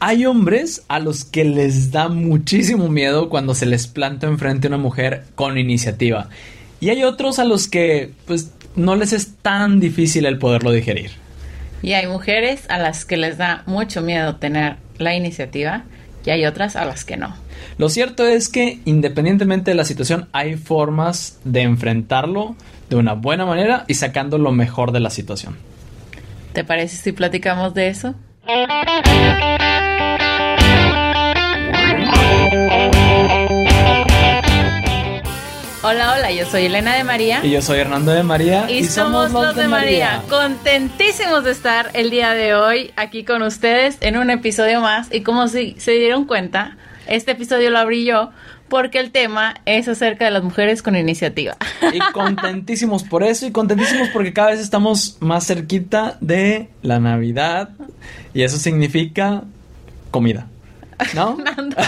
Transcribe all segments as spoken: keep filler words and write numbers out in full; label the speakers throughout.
Speaker 1: Hay hombres a los que les da muchísimo miedo cuando se les planta enfrente una mujer con iniciativa. Y hay otros a los que, pues, no les es tan difícil el poderlo digerir.
Speaker 2: Y hay mujeres a las que les da mucho miedo tener la iniciativa y hay otras a las que no.
Speaker 1: Lo cierto es que, independientemente de la situación, hay formas de enfrentarlo de una buena manera y sacando lo mejor de la situación.
Speaker 2: ¿Te parece si platicamos de eso? Hola, hola, yo soy Elena de María.
Speaker 1: Y yo soy Hernando de María.
Speaker 2: Y, y somos, somos los de, de María. María. Contentísimos de estar el día de hoy aquí con ustedes en un episodio más. Y como si se dieron cuenta, este episodio lo abrí yo porque el tema es acerca de las mujeres con iniciativa.
Speaker 1: Y contentísimos por eso y contentísimos porque cada vez estamos más cerquita de la Navidad. Y eso significa comida. ¿No?
Speaker 2: no, no.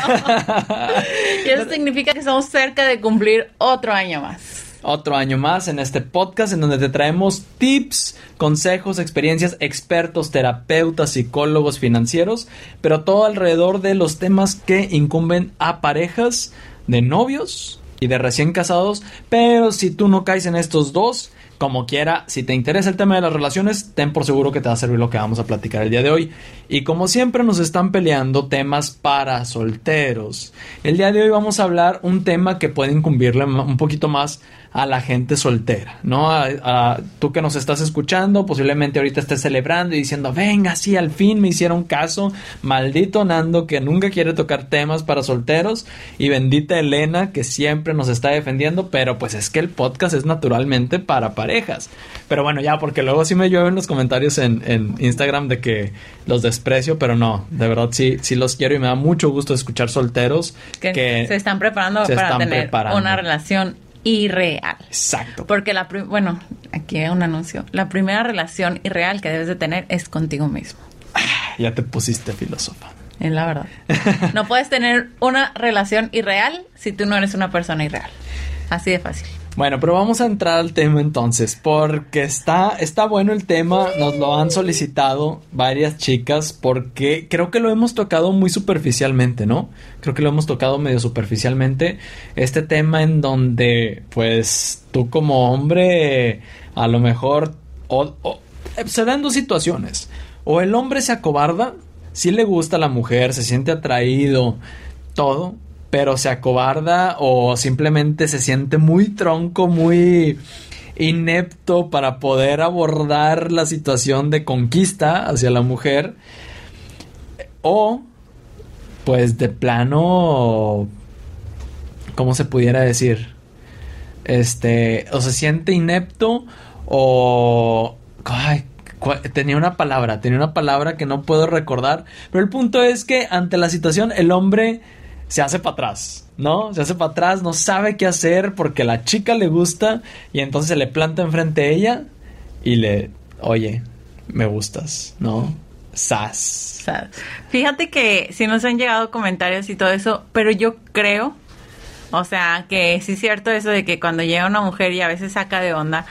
Speaker 2: Y eso significa que estamos cerca de cumplir otro año más.
Speaker 1: Otro año más en este podcast en donde te traemos tips, consejos, experiencias, expertos, terapeutas, psicólogos, financieros, pero todo alrededor de los temas que incumben a parejas de novios y de recién casados. Pero si tú no caes en estos dos, como quiera, si te interesa el tema de las relaciones, ten por seguro que te va a servir lo que vamos a platicar el día de hoy. Y como siempre nos están peleando temas para solteros. El día de hoy vamos a hablar un tema que puede incumbirle un poquito más a la gente soltera, ¿no? A, a, tú que nos estás escuchando, posiblemente ahorita estés celebrando y diciendo, venga, sí, al fin me hicieron caso. Maldito Nando que nunca quiere tocar temas para solteros. Y bendita Elena que siempre nos está defendiendo. Pero pues es que el podcast es naturalmente para parejas. Pero bueno, ya, porque luego sí me llueven los comentarios en, en Instagram de que los desprecio, pero no, de verdad sí, sí los quiero y me da mucho gusto escuchar solteros que,
Speaker 2: que se están preparando
Speaker 1: se
Speaker 2: para
Speaker 1: están
Speaker 2: tener
Speaker 1: preparando.
Speaker 2: Una relación irreal.
Speaker 1: Exacto.
Speaker 2: Porque la, prim- bueno, aquí hay un anuncio. La primera relación irreal que debes de tener es contigo mismo.
Speaker 1: Ah, ya te pusiste filósofa.
Speaker 2: Es la verdad. No puedes tener una relación irreal si tú no eres una persona irreal. Así de fácil.
Speaker 1: Bueno, pero vamos a entrar al tema entonces, porque está, está bueno el tema, nos lo han solicitado varias chicas, porque creo que lo hemos tocado muy superficialmente, ¿no? Creo que lo hemos tocado medio superficialmente, este tema en donde, pues, tú como hombre, a lo mejor, o, o, se dan dos situaciones, o el hombre se acobarda, sí le gusta a la mujer, se siente atraído, todo, pero se acobarda o simplemente se siente muy tronco, muy inepto para poder abordar la situación de conquista hacia la mujer. O, pues de plano, ¿cómo se pudiera decir? Este, o se siente inepto o... Ay, tenía una palabra, tenía una palabra que no puedo recordar. Pero el punto es que ante la situación el hombre se hace para atrás, ¿no? Se hace para atrás, no sabe qué hacer porque a la chica le gusta y entonces se le planta enfrente a ella y le, oye, me gustas, ¿no? Sas.
Speaker 2: Sas. Fíjate que sí nos han llegado comentarios y todo eso, pero yo creo, o sea, que sí es cierto eso de que cuando llega una mujer y a veces saca de onda.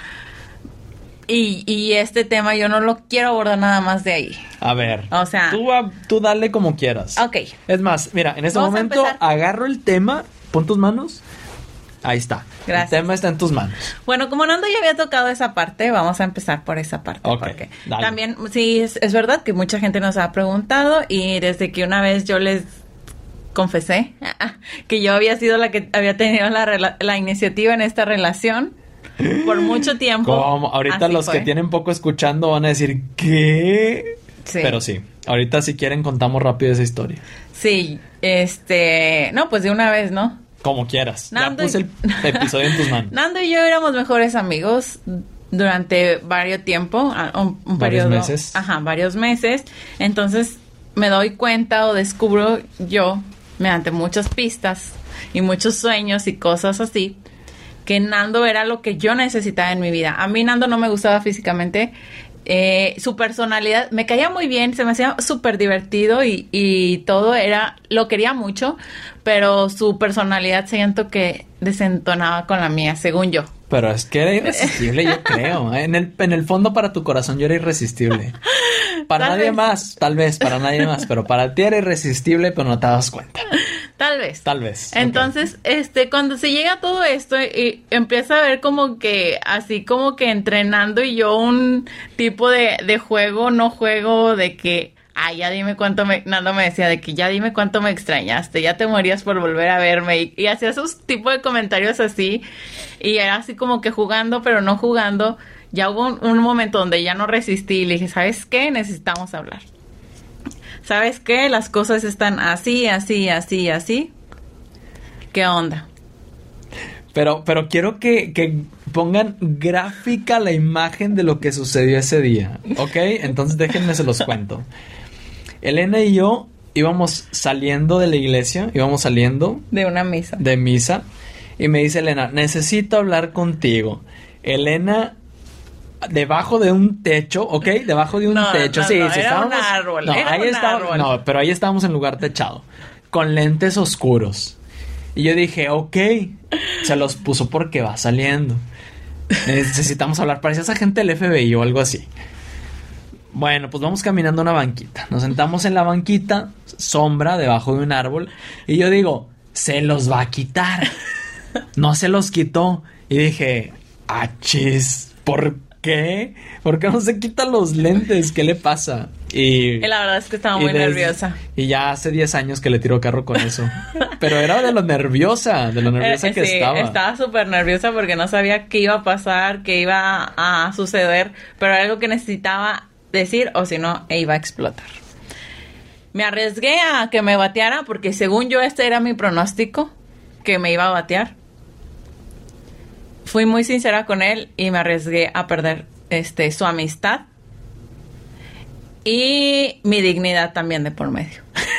Speaker 2: Y, y este tema yo no lo quiero abordar nada más de ahí.
Speaker 1: A ver,
Speaker 2: o sea,
Speaker 1: tú, tú dale como quieras.
Speaker 2: Ok.
Speaker 1: Es más, mira, en este
Speaker 2: Vamos
Speaker 1: momento agarro el tema, pon tus manos. Ahí está.
Speaker 2: Gracias.
Speaker 1: El tema está en tus manos.
Speaker 2: Bueno, como Nando ya había tocado esa parte, vamos a empezar por esa parte.
Speaker 1: Ok,
Speaker 2: porque
Speaker 1: dale.
Speaker 2: También, sí, es, es verdad que mucha gente nos ha preguntado y desde que una vez yo les confesé que yo había sido la que había tenido la, la iniciativa en esta relación por mucho tiempo.
Speaker 1: Como ahorita los fue. Que tienen poco escuchando van a decir ¿qué? Sí. Pero sí, ahorita si quieren contamos rápido esa historia.
Speaker 2: Sí, este, no, pues de una vez, ¿no?
Speaker 1: Como quieras.
Speaker 2: Nando
Speaker 1: ya puse el episodio en tus manos.
Speaker 2: Nando y yo éramos mejores amigos durante varios tiempo, un, un
Speaker 1: varios
Speaker 2: periodo,
Speaker 1: meses.
Speaker 2: Ajá, varios meses. Entonces me doy cuenta o descubro yo, mediante muchas pistas y muchos sueños y cosas así, que Nando era lo que yo necesitaba en mi vida. A mí Nando no me gustaba físicamente. Eh, su personalidad me caía muy bien, se me hacía súper divertido y, y todo era, lo quería mucho, pero su personalidad siento que desentonaba con la mía, según yo.
Speaker 1: pero es que era irresistible, yo creo. En el, en el fondo, para tu corazón, yo era irresistible. Para
Speaker 2: Tal
Speaker 1: nadie
Speaker 2: vez.
Speaker 1: más, tal vez, para nadie más, pero para ti era irresistible, pero no te das cuenta.
Speaker 2: Tal vez.
Speaker 1: Tal vez.
Speaker 2: Entonces, okay. este, cuando se llega todo esto y empieza a ver como que, así como que entrenando y yo un tipo de, de juego, no juego, de que, ay, ya dime cuánto me, Nando me decía de que ya dime cuánto me extrañaste, ya te morías por volver a verme, y, y hacía esos tipos de comentarios así, y era así como que jugando, pero no jugando. Ya hubo un, un momento donde ya no resistí y le dije, ¿sabes qué? Necesitamos hablar. ¿Sabes qué? Las cosas están así, así, así, así. ¿Qué onda?
Speaker 1: Pero, pero quiero que, que pongan gráfica la imagen de lo que sucedió ese día, ¿ok? Entonces déjenme se los cuento. Elena y yo íbamos saliendo de la iglesia, íbamos saliendo...
Speaker 2: De una misa.
Speaker 1: De misa. Y me dice Elena, necesito hablar contigo. Elena... Debajo de un techo, ¿ok? Debajo de un
Speaker 2: no,
Speaker 1: techo,
Speaker 2: no,
Speaker 1: sí,
Speaker 2: no,
Speaker 1: sí,
Speaker 2: era
Speaker 1: estábamos...
Speaker 2: un árbol,
Speaker 1: no,
Speaker 2: era
Speaker 1: ahí
Speaker 2: un
Speaker 1: estábamos,
Speaker 2: árbol.
Speaker 1: no, pero ahí estábamos en lugar techado, con lentes oscuros. Y yo dije, ok, se los puso porque va saliendo. Necesitamos hablar, parecía esa gente del F B I o algo así. Bueno, pues vamos caminando a una banquita. Nos sentamos en la banquita, sombra, debajo de un árbol. Y yo digo, se los va a quitar. No se los quitó. Y dije, ah, chis, ¿por qué? ¿Por qué no se quitan los lentes? ¿Qué le pasa? Y,
Speaker 2: y la verdad es que estaba muy
Speaker 1: des,
Speaker 2: nerviosa.
Speaker 1: Y ya hace diez años que le tiro carro con eso. Pero era de lo nerviosa, de lo nerviosa
Speaker 2: eh,
Speaker 1: que
Speaker 2: sí,
Speaker 1: estaba.
Speaker 2: Estaba súper nerviosa porque no sabía qué iba a pasar, qué iba a suceder, pero era algo que necesitaba decir o si no, iba a explotar. Me arriesgué a que me bateara porque según yo este era mi pronóstico, que me iba a batear. Fui muy sincera con él y me arriesgué a perder este su amistad y mi dignidad también de por medio.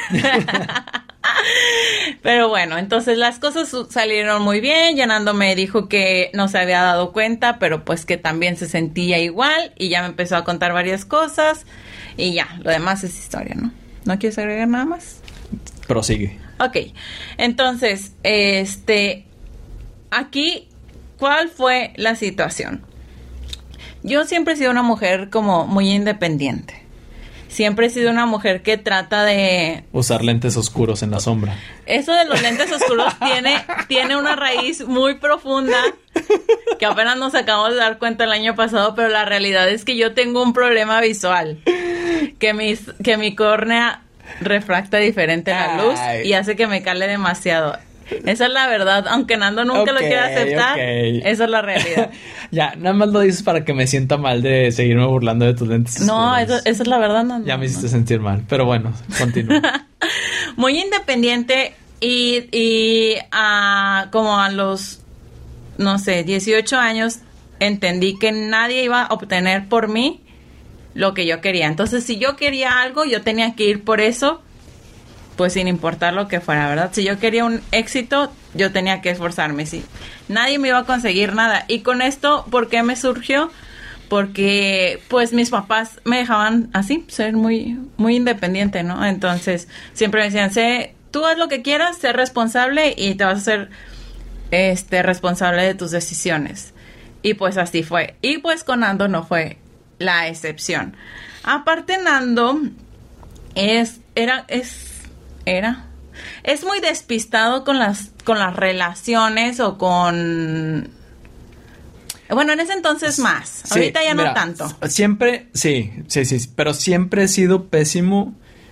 Speaker 2: Pero bueno, entonces las cosas salieron muy bien. Llenando me dijo que no se había dado cuenta, pero pues que también se sentía igual y ya me empezó a contar varias cosas y ya, lo demás es historia, ¿no? ¿No quieres agregar nada más?
Speaker 1: Prosigue.
Speaker 2: Ok, entonces, este, aquí... ¿Cuál fue la situación? Yo siempre he sido una mujer como muy independiente. Siempre he sido una mujer que trata de...
Speaker 1: Usar lentes oscuros en la sombra.
Speaker 2: Eso de los lentes oscuros tiene, tiene una raíz muy profunda que apenas nos acabamos de dar cuenta el año pasado, pero la realidad es que yo tengo un problema visual. Que, mis, que mi córnea refracta diferente la luz y hace que me cale demasiado. Esa es la verdad, aunque Nando nunca okay, lo quiera aceptar, okay. Esa es la realidad.
Speaker 1: Ya, nada más lo dices para que me sienta mal de seguirme burlando de tus lentes.
Speaker 2: No, eso, esa es la verdad, Nando.
Speaker 1: Ya me hiciste no. sentir mal, pero bueno, continúa.
Speaker 2: Muy independiente y, y uh, como a los, no sé, dieciocho años, entendí que nadie iba a obtener por mí lo que yo quería. Entonces, si yo quería algo, yo tenía que ir por eso, pues sin importar lo que fuera, ¿verdad? Si yo quería un éxito, yo tenía que esforzarme, sí. Nadie me iba a conseguir nada. Y con esto, ¿por qué me surgió? Porque, pues, mis papás me dejaban así, ser muy, muy independiente, ¿no? Entonces, siempre me decían, sé, tú haz lo que quieras, sé responsable y te vas a ser, este, responsable de tus decisiones. Y pues así fue. Y pues con Nando no fue la excepción. Aparte, Nando es, era, es... Era. Es muy despistado con las con las relaciones o con... Bueno, en ese entonces más. Sí, ahorita ya mira, no tanto.
Speaker 1: Siempre, sí, sí, sí. Pero siempre he sido pésimo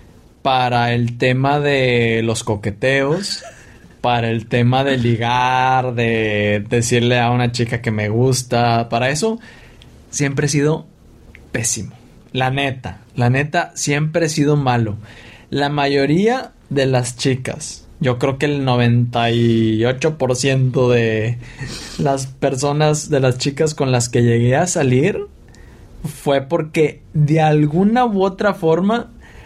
Speaker 1: para el tema de los coqueteos, para el tema de ligar, de decirle a una chica que me gusta. Para eso siempre he sido pésimo. La neta, la neta, siempre he sido malo. La mayoría de las chicas, yo creo que el noventa y ocho por ciento de las personas, de las chicas con las que llegué a salir, fue porque de alguna u otra forma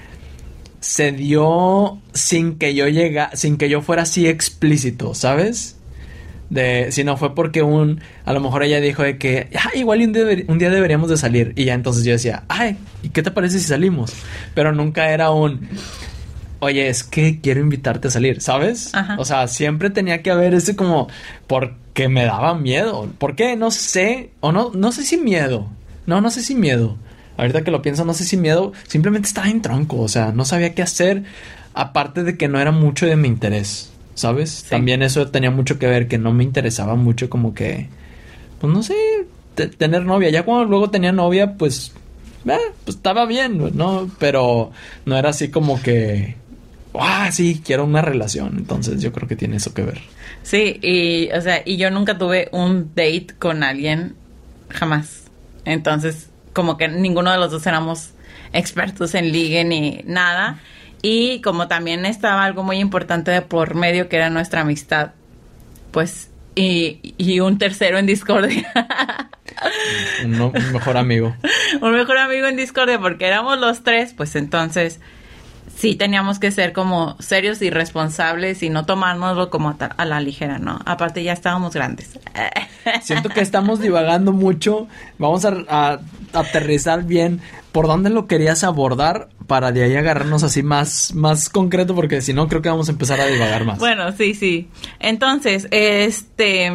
Speaker 1: se dio sin que yo llega, sin que yo fuera así explícito, ¿sabes? De, si no fue porque un, a lo mejor ella dijo de que, ah, igual un día, un día deberíamos de salir, y ya entonces yo decía, ay, ¿y qué te parece si salimos? Pero nunca era un, oye, es que quiero invitarte a salir, ¿sabes?
Speaker 2: Ajá.
Speaker 1: O sea, siempre tenía que haber ese como, porque me daba miedo. ¿Por qué? No sé, o no, no sé si miedo. No, no sé si miedo. Ahorita que lo pienso, no sé si miedo. Simplemente estaba en tronco, o sea, no sabía qué hacer. Aparte de que no era mucho de mi interés, ¿sabes? Sí. También eso tenía mucho que ver, que no me interesaba mucho como que, pues no sé, t- tener novia. Ya cuando luego tenía novia, pues... Eh, pues estaba bien, ¿no? Pero no era así como que... ¡Ah, sí! Quiero una relación. Entonces yo creo que tiene eso que ver.
Speaker 2: Sí, y, o sea, y yo nunca tuve un date con alguien. Jamás. Entonces, como que ninguno de los dos éramos expertos en ligue ni nada. Y como también estaba algo muy importante de por medio, que era nuestra amistad. Pues... Y, y un tercero en discordia.
Speaker 1: un, no, un mejor amigo.
Speaker 2: Un mejor amigo en discordia, porque éramos los tres, pues entonces sí teníamos que ser como serios y responsables y no tomárnoslo como a, a la ligera, ¿no? Aparte ya estábamos grandes.
Speaker 1: Siento que estamos divagando mucho. Vamos a, a aterrizar bien por dónde lo querías abordar para de ahí agarrarnos así más, más concreto, porque si no creo que vamos a empezar a divagar más.
Speaker 2: Bueno, sí, sí. Entonces, este...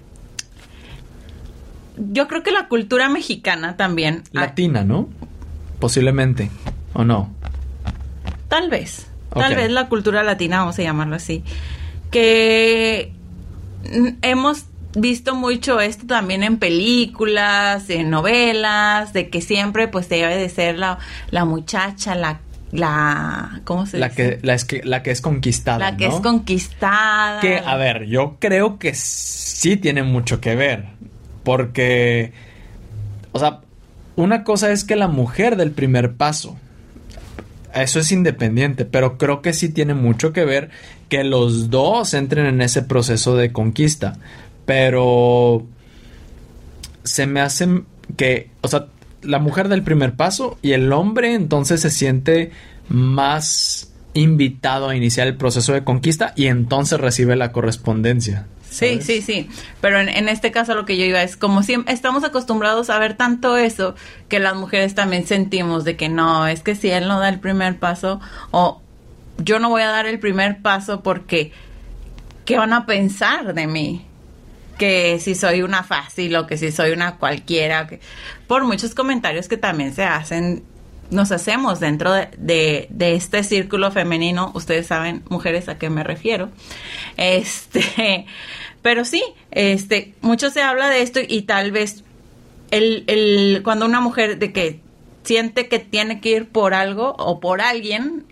Speaker 2: yo creo que la cultura mexicana también...
Speaker 1: Latina, ¿no? Posiblemente, ¿o no?
Speaker 2: Tal vez.
Speaker 1: Okay.
Speaker 2: Tal vez la cultura latina, vamos a llamarlo así. Que hemos visto mucho esto también en películas, en novelas, de que siempre pues debe de ser la, la muchacha, la... la ¿cómo se
Speaker 1: la
Speaker 2: dice?
Speaker 1: Que, la, es que, la que es conquistada,
Speaker 2: La que
Speaker 1: ¿no?
Speaker 2: es conquistada.
Speaker 1: Que, a ver, yo creo que sí tiene mucho que ver. Porque, o sea, una cosa es que la mujer del primer paso, eso es independiente, pero creo que sí tiene mucho que ver que los dos entren en ese proceso de conquista. Pero se me hace que, o sea, la mujer del primer paso y el hombre entonces se siente más invitado a iniciar el proceso de conquista y entonces recibe la correspondencia.
Speaker 2: Sí, sí, sí, pero en, en este caso lo que yo iba es como si estamos acostumbrados a ver tanto eso que las mujeres también sentimos de que no, es que si él no da el primer paso o yo no voy a dar el primer paso porque ¿qué van a pensar de mí? Que si soy una fácil o que si soy una cualquiera, que, por muchos comentarios que también se hacen, nos hacemos dentro de, de, de este círculo femenino. Ustedes saben, mujeres, a qué me refiero. Este, pero sí, este, mucho se habla de esto y tal vez el, el, cuando una mujer de que siente que tiene que ir por algo o por alguien,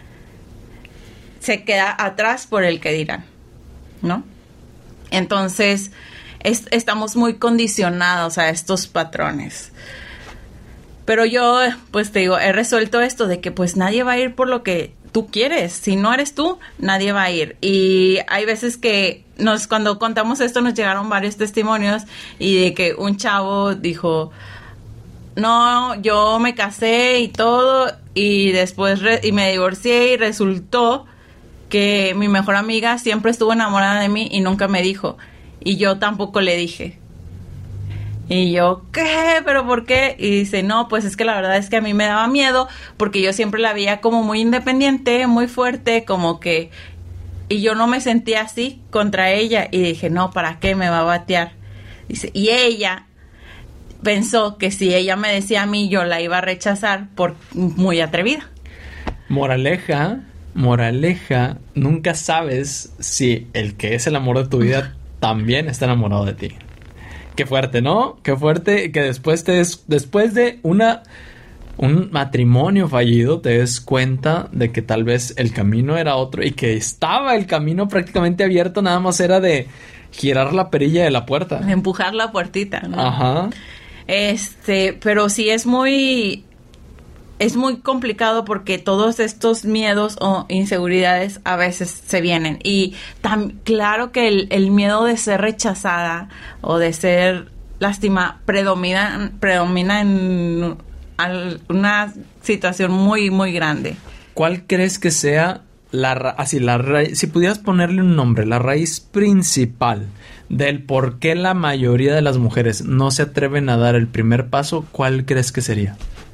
Speaker 2: se queda atrás por el que dirán, ¿no? Entonces, es, estamos muy condicionados a estos patrones. Pero yo, pues te digo, he resuelto esto de que pues nadie va a ir por lo que tú quieres. Si no eres tú, nadie va a ir. Y hay veces que nos, cuando contamos esto, nos llegaron varios testimonios y de que un chavo dijo, no, yo me casé y todo y después re- y me divorcié y resultó que mi mejor amiga siempre estuvo enamorada de mí y nunca me dijo. Y yo tampoco le dije. Y yo, ¿qué? ¿Pero por qué? Y dice, no, pues es que la verdad es que a mí me daba miedo porque yo siempre la veía como muy independiente, muy fuerte, como que... Y yo no me sentía así contra ella. Y dije, no, ¿para qué me va a batear? Dice, y ella pensó que si ella me decía a mí, yo la iba a rechazar por muy atrevida.
Speaker 1: Moraleja... Moraleja, nunca sabes si el que es el amor de tu vida también está enamorado de ti. Qué fuerte, ¿no? Qué fuerte que después te des, después de una un matrimonio fallido te des cuenta de que tal vez el camino era otro y que estaba el camino prácticamente abierto, nada más era de girar la perilla de la puerta.
Speaker 2: De empujar la puertita, ¿no?
Speaker 1: Ajá.
Speaker 2: Este, pero sí es muy... Es muy complicado porque todos estos miedos o inseguridades a veces se vienen. Y tan claro que el, el miedo de ser rechazada o de ser lastimada predomina, predomina en una situación muy, muy grande.
Speaker 1: ¿Cuál crees que sea la ra- así la raíz, si pudieras ponerle un nombre, la raíz principal del por qué la mayoría de las mujeres no se atreven a dar el primer paso? ¿Cuál crees que sería?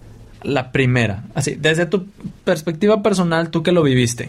Speaker 1: la primera? Así, desde tu perspectiva personal, tú que lo viviste.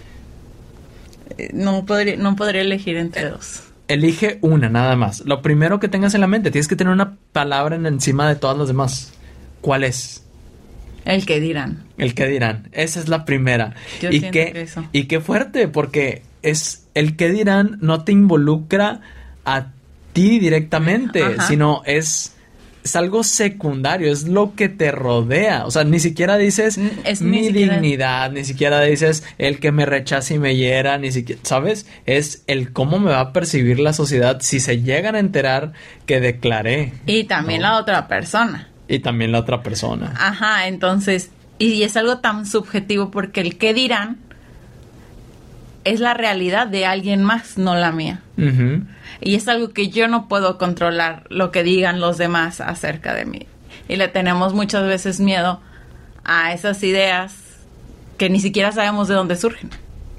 Speaker 2: No podría, no podría elegir entre eh, dos.
Speaker 1: Elige una, nada más. Lo primero que tengas en la mente. Tienes que tener una palabra en encima de todas las demás. ¿Cuál es?
Speaker 2: El que dirán.
Speaker 1: El que dirán. Esa es la primera.
Speaker 2: Yo
Speaker 1: y
Speaker 2: siento
Speaker 1: qué,
Speaker 2: que eso.
Speaker 1: Y qué fuerte, porque es el que dirán no te involucra a ti directamente,
Speaker 2: Ajá.
Speaker 1: sino es... es algo secundario, es lo que te rodea. O sea, ni siquiera dices
Speaker 2: es
Speaker 1: mi
Speaker 2: ni siquiera...
Speaker 1: dignidad, ni siquiera dices el que me rechace y me hiera, ni siquiera, ¿sabes? Es el cómo me va a percibir la sociedad si se llegan a enterar que declaré.
Speaker 2: Y también
Speaker 1: ¿no?
Speaker 2: la otra persona.
Speaker 1: Y también la otra persona.
Speaker 2: Ajá, entonces, y es algo tan subjetivo porque el que dirán es la realidad de alguien más, no la mía.
Speaker 1: Uh-huh.
Speaker 2: Y es algo que yo no puedo controlar, lo que digan los demás acerca de mí. Y le tenemos muchas veces miedo a esas ideas que ni siquiera sabemos de dónde surgen.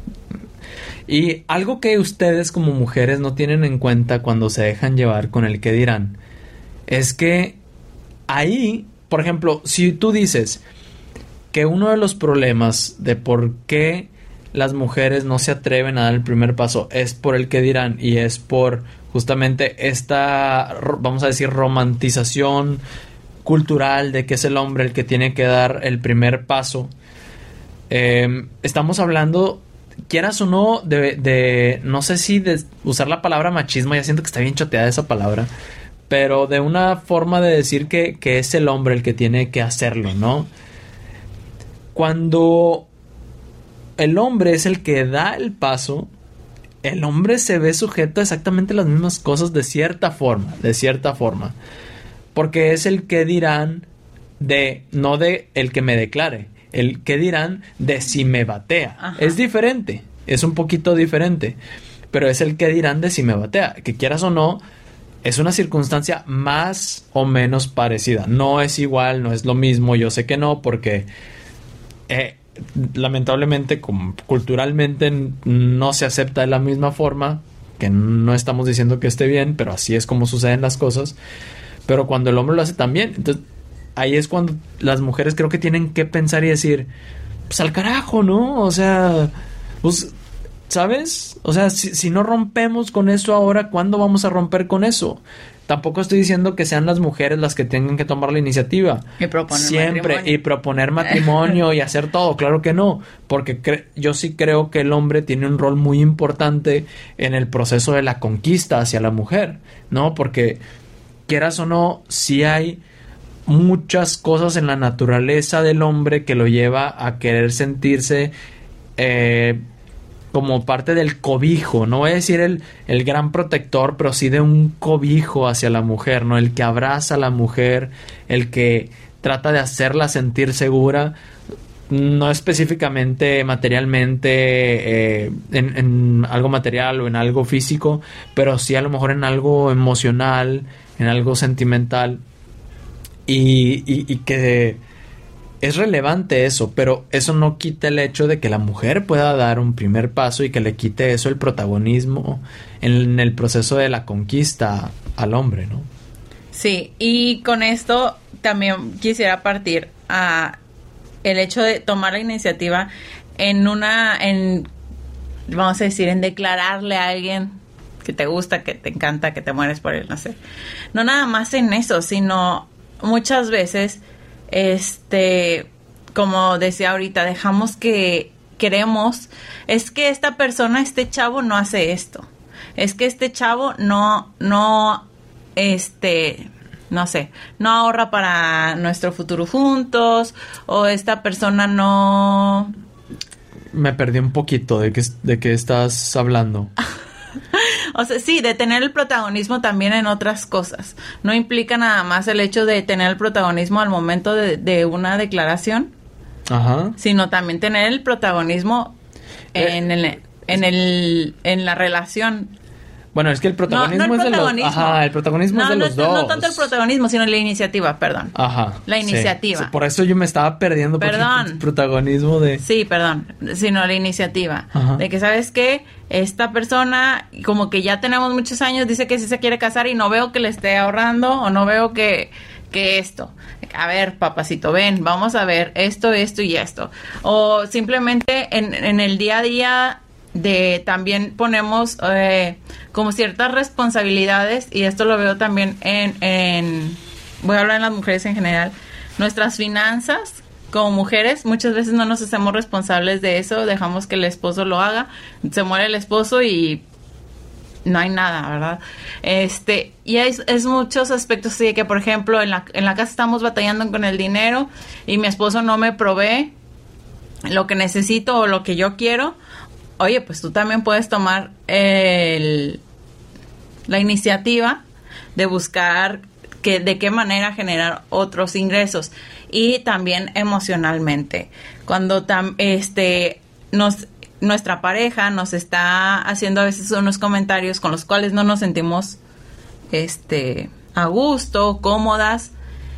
Speaker 1: Y algo que ustedes como mujeres no tienen en cuenta cuando se dejan llevar con el que dirán, es que ahí, por ejemplo, si tú dices que uno de los problemas de por qué las mujeres no se atreven a dar el primer paso es por el que dirán y es por justamente esta, vamos a decir, romantización cultural de que es el hombre el que tiene que dar el primer paso. Eh, estamos hablando, quieras o no, de, de, no sé si de usar la palabra machismo, ya siento que está bien choteada esa palabra, pero de una forma de decir que, que es el hombre el que tiene que hacerlo, ¿no? Cuando el hombre es el que da el paso, el hombre se ve sujeto a exactamente las mismas cosas de cierta forma, de cierta forma. Porque es el que dirán de, no de el que me declare, el que dirán de si me batea. Ajá. Es diferente, es un poquito diferente, pero es el que dirán de si me batea. Que quieras o no, es una circunstancia más o menos parecida. No es igual, no es lo mismo, yo sé que no, porque... Eh, lamentablemente como culturalmente no se acepta de la misma forma, que no estamos diciendo que esté bien, pero así es como suceden las cosas. Pero cuando el hombre lo hace también, entonces ahí es cuando las mujeres creo que tienen que pensar y decir, pues al carajo, ¿no? O sea, pues, ¿sabes? O sea, si, si no rompemos con eso ahora, ¿cuándo vamos a romper con eso? Tampoco estoy diciendo que sean las mujeres las que tengan que tomar la iniciativa.
Speaker 2: Y proponer
Speaker 1: Siempre,
Speaker 2: matrimonio.
Speaker 1: y proponer matrimonio y hacer todo. Claro que no. Porque cre- yo sí creo que el hombre tiene un rol muy importante en el proceso de la conquista hacia la mujer, ¿no? Porque, quieras o no, sí hay muchas cosas en la naturaleza del hombre que lo lleva a querer sentirse... Eh, como parte del cobijo, no voy a decir el, el gran protector, pero sí de un cobijo hacia la mujer, ¿no? El que abraza a la mujer, el que trata de hacerla sentir segura, no específicamente materialmente, eh, en, en algo material o en algo físico, pero sí a lo mejor en algo emocional, en algo sentimental, y, y, y que... es relevante eso, pero eso no quita el hecho de que la mujer pueda dar un primer paso y que le quite eso el protagonismo en el proceso de la conquista al hombre, ¿no?
Speaker 2: Sí, y con esto también quisiera partir a el hecho de tomar la iniciativa en una, en, vamos a decir, en declararle a alguien que te gusta, que te encanta, que te mueres por él, no sé. No nada más en eso, sino muchas veces... Este, como decía ahorita, dejamos que queremos, es que esta persona, este chavo no hace esto, es que este chavo no, no, este, no sé, no ahorra para nuestro futuro juntos, o esta persona no...
Speaker 1: Me perdí un poquito de qué, de qué estás hablando.
Speaker 2: O sea, sí, de tener el protagonismo también en otras cosas. No implica nada más el hecho de tener el protagonismo al momento de, de una declaración. Ajá. Sino también tener el protagonismo en, eh, el, en, el, en la relación.
Speaker 1: Bueno, es que el protagonismo, no, no el es protagonismo. de los... Ajá, el protagonismo
Speaker 2: no,
Speaker 1: es de
Speaker 2: no,
Speaker 1: los dos.
Speaker 2: No tanto el protagonismo, sino la iniciativa, perdón.
Speaker 1: Ajá.
Speaker 2: La iniciativa.
Speaker 1: Sí. Por eso yo me estaba perdiendo.
Speaker 2: Perdón.
Speaker 1: Por el protagonismo de...
Speaker 2: Sí, perdón. Sino la iniciativa. Ajá. De que, ¿sabes qué? Esta persona, como que ya tenemos muchos años, dice que sí se quiere casar y no veo que le esté ahorrando o no veo que, que esto. a ver, papacito, ven, vamos a ver esto, esto y esto. O simplemente en, en el día a día de también ponemos eh, como ciertas responsabilidades, y esto lo veo también en, en, voy a hablar en las mujeres en general, nuestras finanzas. Como mujeres muchas veces no nos hacemos responsables de eso, dejamos que el esposo lo haga, se muere el esposo y no hay nada, ¿verdad? Este, y es, es muchos aspectos así de que, por ejemplo, en la, en la casa estamos batallando con el dinero y mi esposo no me provee lo que necesito o lo que yo quiero. Oye, pues tú también puedes tomar el, la iniciativa de buscar que, de qué manera generar otros ingresos, y también emocionalmente. Cuando tam, este nos nuestra pareja nos está haciendo a veces unos comentarios con los cuales no nos sentimos este a gusto, cómodas,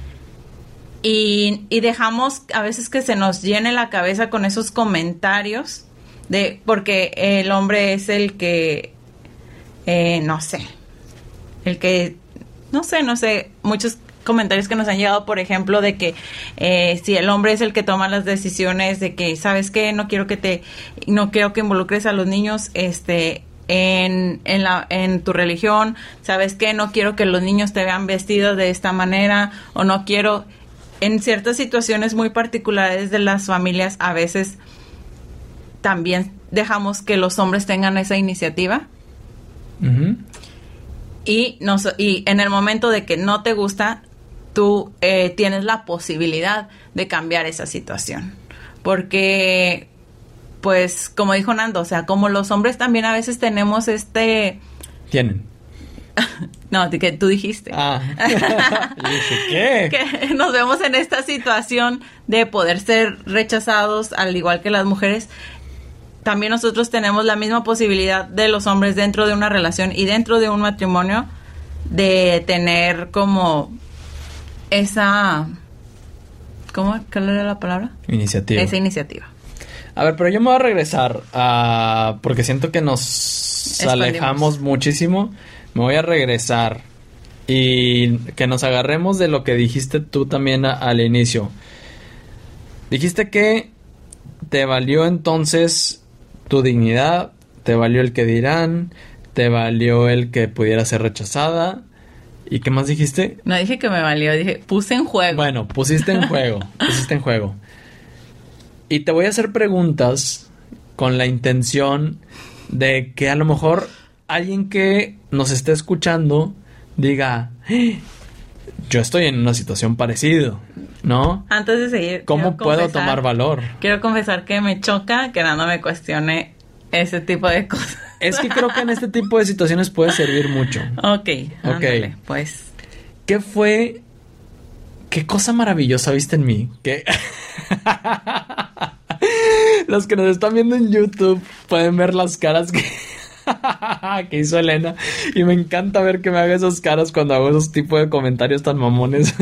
Speaker 2: y, y dejamos a veces que se nos llene la cabeza con esos comentarios de porque el hombre es el que eh, no sé, el que no sé, no sé, muchos comentarios que nos han llegado, por ejemplo, de que eh, si el hombre es el que toma las decisiones, de que, ¿sabes qué? No quiero que te, no quiero que involucres a los niños, este, en, en la, en tu religión, ¿sabes qué? No quiero que los niños te vean vestido de esta manera, o no quiero, en ciertas situaciones muy particulares de las familias, a veces también dejamos que los hombres tengan esa iniciativa.
Speaker 1: Uh-huh.
Speaker 2: Y, nos, y en el momento de que no te gusta, tú eh, tienes la posibilidad de cambiar esa situación. Porque, pues, como dijo Nando, o sea, como los hombres también a veces tenemos este...
Speaker 1: Tienen.
Speaker 2: No, que tú dijiste.
Speaker 1: Ah. Y dije, ¿qué?
Speaker 2: Que nos vemos en esta situación de poder ser rechazados, al igual que las mujeres. También nosotros tenemos la misma posibilidad de los hombres dentro de una relación y dentro de un matrimonio de tener como esa... ¿Cómo? ¿Qué era la palabra?
Speaker 1: Iniciativa.
Speaker 2: Esa iniciativa.
Speaker 1: A ver, pero yo me voy a regresar a... porque siento que nos alejamos muchísimo. Me voy a regresar y que nos agarremos de lo que dijiste tú también a, al inicio. Dijiste que te valió entonces tu dignidad, te valió el que dirán, te valió el que pudiera ser rechazada. ¿Y qué más dijiste?
Speaker 2: No dije que me valió, dije puse en juego.
Speaker 1: Bueno, pusiste en juego, pusiste en juego. Y te voy a hacer preguntas con la intención de que a lo mejor alguien que nos esté escuchando diga, ¡Eh! Yo estoy en una situación parecida, ¿no?
Speaker 2: Antes de seguir,
Speaker 1: ¿cómo puedo confesar, tomar valor?
Speaker 2: Quiero confesar que me choca que Nando me cuestione ese tipo de cosas.
Speaker 1: Es que creo que en este tipo de situaciones puede servir mucho.
Speaker 2: Ok, ándale, okay. Pues.
Speaker 1: ¿Qué fue? ¿Qué cosa maravillosa viste en mí? ¿Qué? Los que nos están viendo en YouTube pueden ver las caras que... que hizo Elena, y me encanta ver que me haga esas caras cuando hago esos tipos de comentarios tan mamones.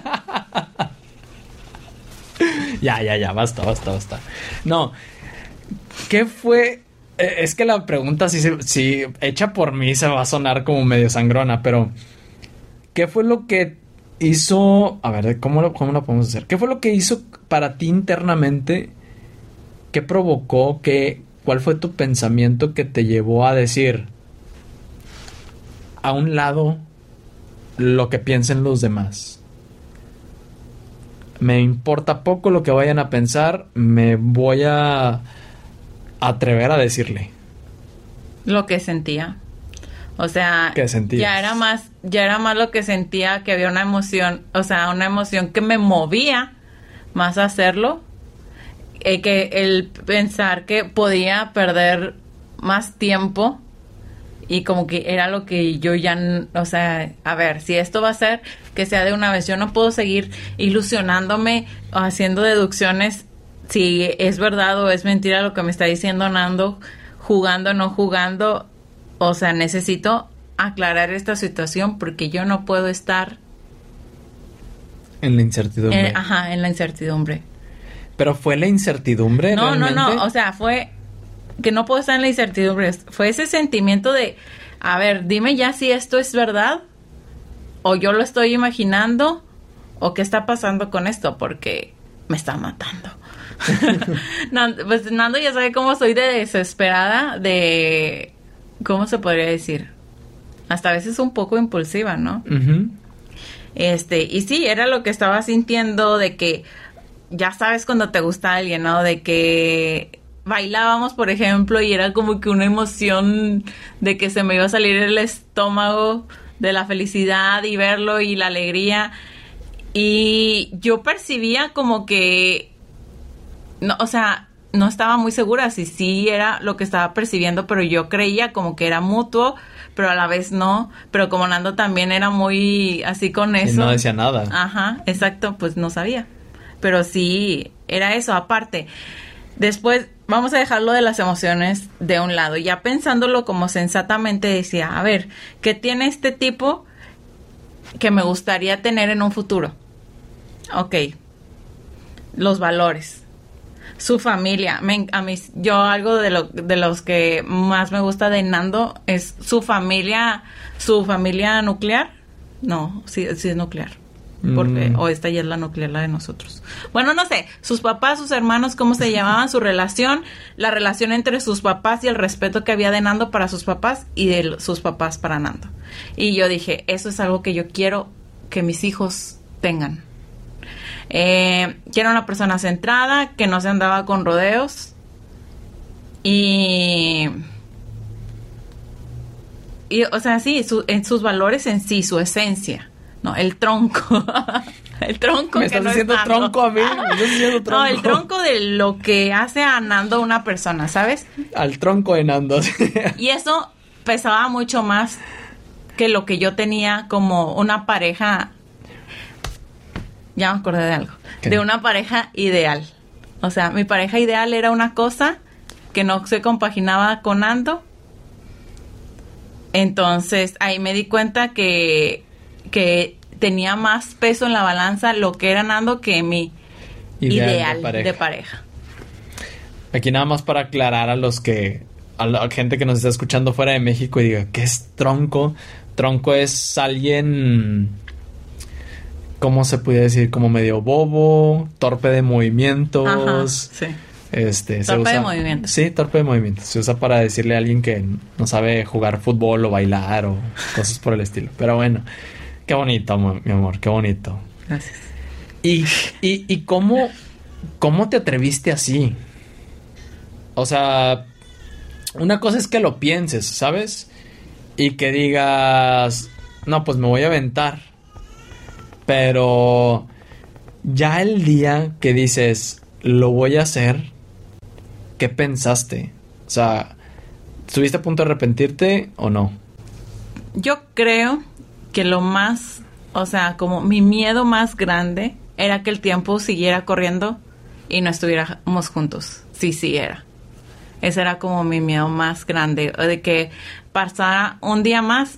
Speaker 1: ya, ya, ya, basta, basta, basta. No, ¿qué fue? Eh, es que la pregunta si, si hecha por mí se va a sonar como medio sangrona, pero ¿qué fue lo que hizo? A ver, ¿cómo lo, cómo lo podemos hacer? ¿Qué fue lo que hizo para ti internamente? ¿Qué provocó? ¿Qué ¿Cuál fue tu pensamiento que te llevó a decir a un lado lo que piensen los demás? Me importa poco lo que vayan a pensar, me voy a atrever a decirle.
Speaker 2: Lo que sentía. O sea,
Speaker 1: ¿qué sentías?
Speaker 2: Ya era más, ya era más lo que sentía, que había una emoción, o sea, una emoción que me movía más a hacerlo. Eh, que el pensar que podía perder más tiempo y como que era lo que yo ya, o sea, a ver, si esto va a ser que sea de una vez, yo no puedo seguir ilusionándome o haciendo deducciones si es verdad o es mentira lo que me está diciendo Nando, jugando o no jugando. O sea, necesito aclarar esta situación porque yo no puedo estar
Speaker 1: en la incertidumbre.
Speaker 2: En, ajá, en la incertidumbre.
Speaker 1: ¿Pero fue la incertidumbre?
Speaker 2: No,
Speaker 1: realmente?
Speaker 2: no, no. O sea, fue que no puedo estar en la incertidumbre. Fue ese sentimiento de, a ver, dime ya si esto es verdad o yo lo estoy imaginando ¿o qué está pasando con esto? Porque me está matando. Nando, pues Nando ya sabe cómo soy de desesperada, de... ¿Cómo se podría decir? Hasta a veces un poco impulsiva, ¿no?
Speaker 1: Uh-huh.
Speaker 2: Este, y sí, era lo que estaba sintiendo, de que ya sabes cuando te gusta alguien, ¿no? De que bailábamos, por ejemplo, y era como que una emoción de que se me iba a salir el estómago de la felicidad y verlo y la alegría. Y yo percibía como que, no, o sea, no estaba muy segura si sí era lo que estaba percibiendo, pero yo creía como que era mutuo, pero a la vez no. Pero como Nando también era muy así con eso.
Speaker 1: Y no decía nada.
Speaker 2: Ajá, exacto, pues no sabía. Pero sí, era eso, aparte. Después, vamos a dejarlo de las emociones de un lado. Ya pensándolo como sensatamente decía, a ver, ¿qué tiene este tipo que me gustaría tener en un futuro? Ok, los valores, su familia. Me, a mí, yo algo de, lo, de los que más me gusta de Nando es su familia, su familia nuclear. No, sí, sí es nuclear. Porque, mm. o esta ya es la nuclear, la de nosotros. Bueno, no sé, sus papás, sus hermanos, cómo se llamaban, su relación, la relación entre sus papás y el respeto que había de Nando para sus papás y de sus papás para Nando. Y yo dije, eso es algo que yo quiero que mis hijos tengan. Eh, que era una persona centrada, que no se andaba con rodeos y... y o sea, sí, su, en sus valores en sí, su esencia. No, el tronco. El tronco.
Speaker 1: ¿Me estás
Speaker 2: que no
Speaker 1: diciendo
Speaker 2: es
Speaker 1: tronco a mí? ¿Me estás diciendo tronco?
Speaker 2: No, el tronco de lo que hace a Nando una persona, ¿sabes?
Speaker 1: Al tronco de Nando.
Speaker 2: Y eso pesaba mucho más que lo que yo tenía como una pareja. Ya me acordé de algo. ¿Qué? De una pareja ideal. O sea, mi pareja ideal era una cosa que no se compaginaba con Nando. Entonces, ahí me di cuenta que... que tenía más peso en la balanza lo que era Nando que mi ideal, ideal de, pareja. de pareja.
Speaker 1: Aquí nada más para aclarar a los que, a la gente que nos está escuchando fuera de México y diga, ¿qué es tronco? Tronco es alguien, ¿cómo se puede decir? Como medio bobo, torpe de movimientos.
Speaker 2: Ajá, sí.
Speaker 1: Este,
Speaker 2: torpe
Speaker 1: se usa,
Speaker 2: de movimientos.
Speaker 1: Sí, torpe de movimientos. Se usa para decirle a alguien que no sabe jugar fútbol o bailar o cosas por el estilo. Pero bueno, qué bonito, mi amor, qué bonito.
Speaker 2: Gracias.
Speaker 1: ¿Y, y, y cómo, cómo te atreviste así? O sea, una cosa es que lo pienses, ¿sabes? Y que digas, no, pues me voy a aventar. Pero ya el día que dices, lo voy a hacer, ¿qué pensaste? O sea, ¿estuviste a punto de arrepentirte o no?
Speaker 2: Yo creo que lo más, o sea, como mi miedo más grande era que el tiempo siguiera corriendo y no estuviéramos juntos. Sí, sí era. Ese era como mi miedo más grande, de que pasara un día más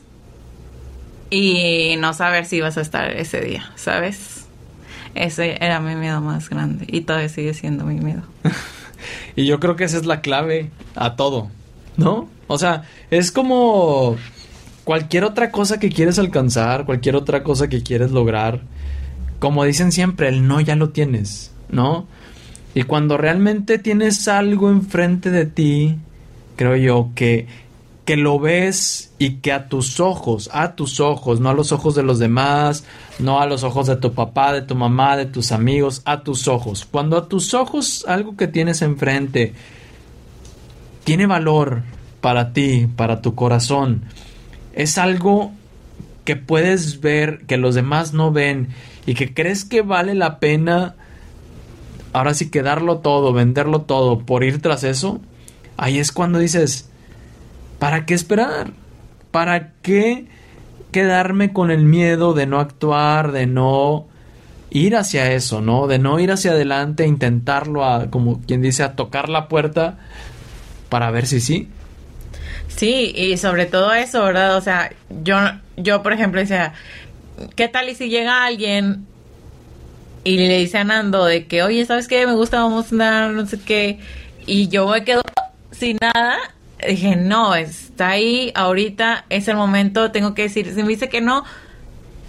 Speaker 2: y no saber si ibas a estar ese día, ¿sabes? Ese era mi miedo más grande y todavía sigue siendo mi miedo.
Speaker 1: Y yo creo que esa es la clave a todo, ¿no? O sea, es como... cualquier otra cosa que quieres alcanzar, cualquier otra cosa que quieres lograr, como dicen siempre, el no ya lo tienes, ¿no? Y cuando realmente tienes algo enfrente de ti, creo yo que, que lo ves y que a tus ojos, a tus ojos, no a los ojos de los demás, no a los ojos de tu papá, de tu mamá, de tus amigos, a tus ojos. Cuando a tus ojos algo que tienes enfrente tiene valor para ti, para tu corazón, es algo que puedes ver, que los demás no ven y que crees que vale la pena, ahora sí que darlo todo, venderlo todo por ir tras eso, ahí es cuando dices, ¿para qué esperar? ¿Para qué quedarme con el miedo de no actuar, de no ir hacia eso, ¿no? De no ir hacia adelante e intentarlo, a, como quien dice, a tocar la puerta para ver si sí.
Speaker 2: Sí, y sobre todo eso, ¿verdad? O sea, yo, yo por ejemplo, decía, ¿qué tal y si llega alguien y le dice a Nando de que, oye, ¿sabes qué? Me gusta, vamos a andar, no sé qué. Y yo me quedo sin nada. Dije, no, está ahí, ahorita es el momento, tengo que decir. Si me dice que no,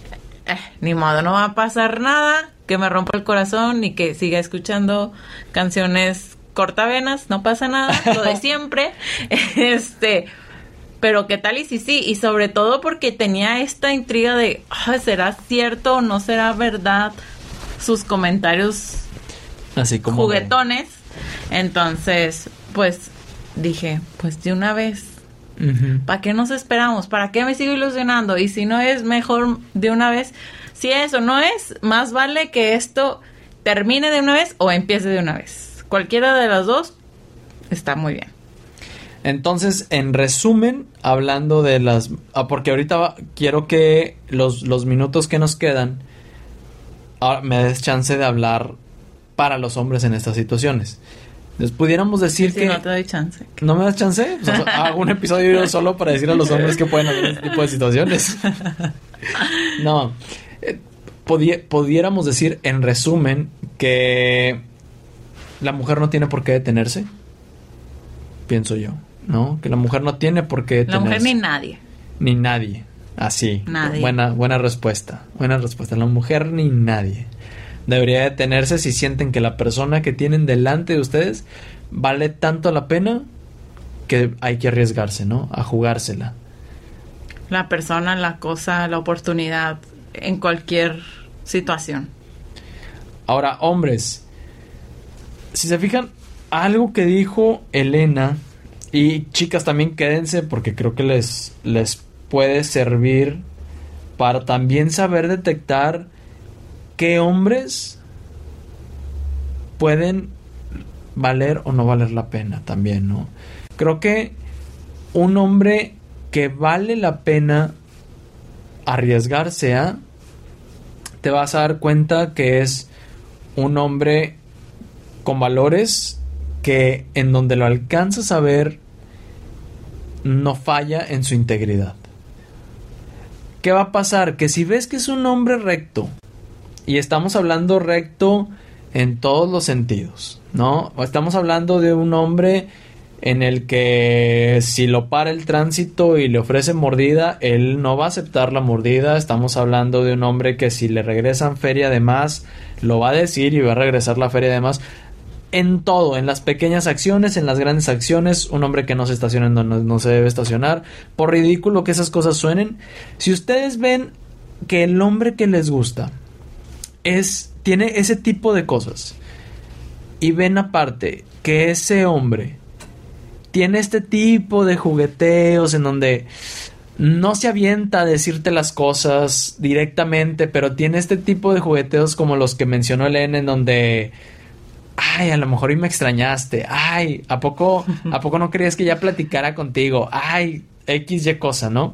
Speaker 2: eh, ni modo, no va a pasar nada que me rompa el corazón ni que siga escuchando canciones cortavenas, no pasa nada, lo de siempre. Este, pero qué tal y si sí, y sobre todo porque tenía esta intriga de, oh, ¿será cierto o no será verdad sus comentarios
Speaker 1: así como
Speaker 2: juguetones? De... Entonces, pues dije, pues de una vez, uh-huh. ¿Para qué nos esperamos? ¿Para qué me sigo ilusionando? Y si no es mejor de una vez, si eso no es, más vale que esto termine de una vez o empiece de una vez. Cualquiera de las dos está muy bien.
Speaker 1: Entonces, en resumen, hablando de las... Ah, porque ahorita va, quiero que los, los minutos que nos quedan ahora me des chance de hablar para los hombres en estas situaciones. Entonces, pudiéramos decir
Speaker 2: sí,
Speaker 1: que...
Speaker 2: no te doy chance.
Speaker 1: ¿No me das chance? O sea, hago un episodio yo solo para decir a los hombres que pueden hacer este tipo de situaciones. No. Eh, podí- pudiéramos decir, en resumen, que la mujer no tiene por qué detenerse. Pienso yo, ¿no? Que la mujer no tiene por qué detenerse.
Speaker 2: La mujer ni nadie.
Speaker 1: Ni nadie. Así.
Speaker 2: Nadie.
Speaker 1: Buena, buena respuesta. Buena respuesta. La mujer ni nadie debería detenerse si sienten que la persona que tienen delante de ustedes vale tanto la pena que hay que arriesgarse, ¿no? A jugársela.
Speaker 2: La persona, la cosa, la oportunidad, en cualquier situación.
Speaker 1: Ahora, hombres, si se fijan, algo que dijo Elena, y chicas también quédense porque creo que les, les puede servir para también saber detectar qué hombres pueden valer o no valer la pena también, ¿no? Creo que un hombre que vale la pena arriesgarse a, te vas a dar cuenta que es un hombre con valores que en donde lo alcanzas a ver no falla en su integridad. ¿Qué va a pasar? Que si ves que es un hombre recto, y estamos hablando recto en todos los sentidos, ¿no? Estamos hablando de un hombre en el que si lo para el tránsito y le ofrece mordida, él no va a aceptar la mordida. Estamos hablando de un hombre que si le regresan feria de más, lo va a decir y va a regresar la feria de más. En todo, en las pequeñas acciones, en las grandes acciones, un hombre que no se estaciona donde no, no se debe estacionar, por ridículo que esas cosas suenen. Si ustedes ven que el hombre que les gusta es, tiene ese tipo de cosas, y ven aparte que ese hombre tiene este tipo de jugueteos en donde no se avienta a decirte las cosas directamente, pero tiene este tipo de jugueteos como los que mencionó Elena, en donde... Ay, a lo mejor y me extrañaste. Ay, ¿a poco, ¿a poco no querías que ya platicara contigo? Ay, X, Y cosa, ¿no?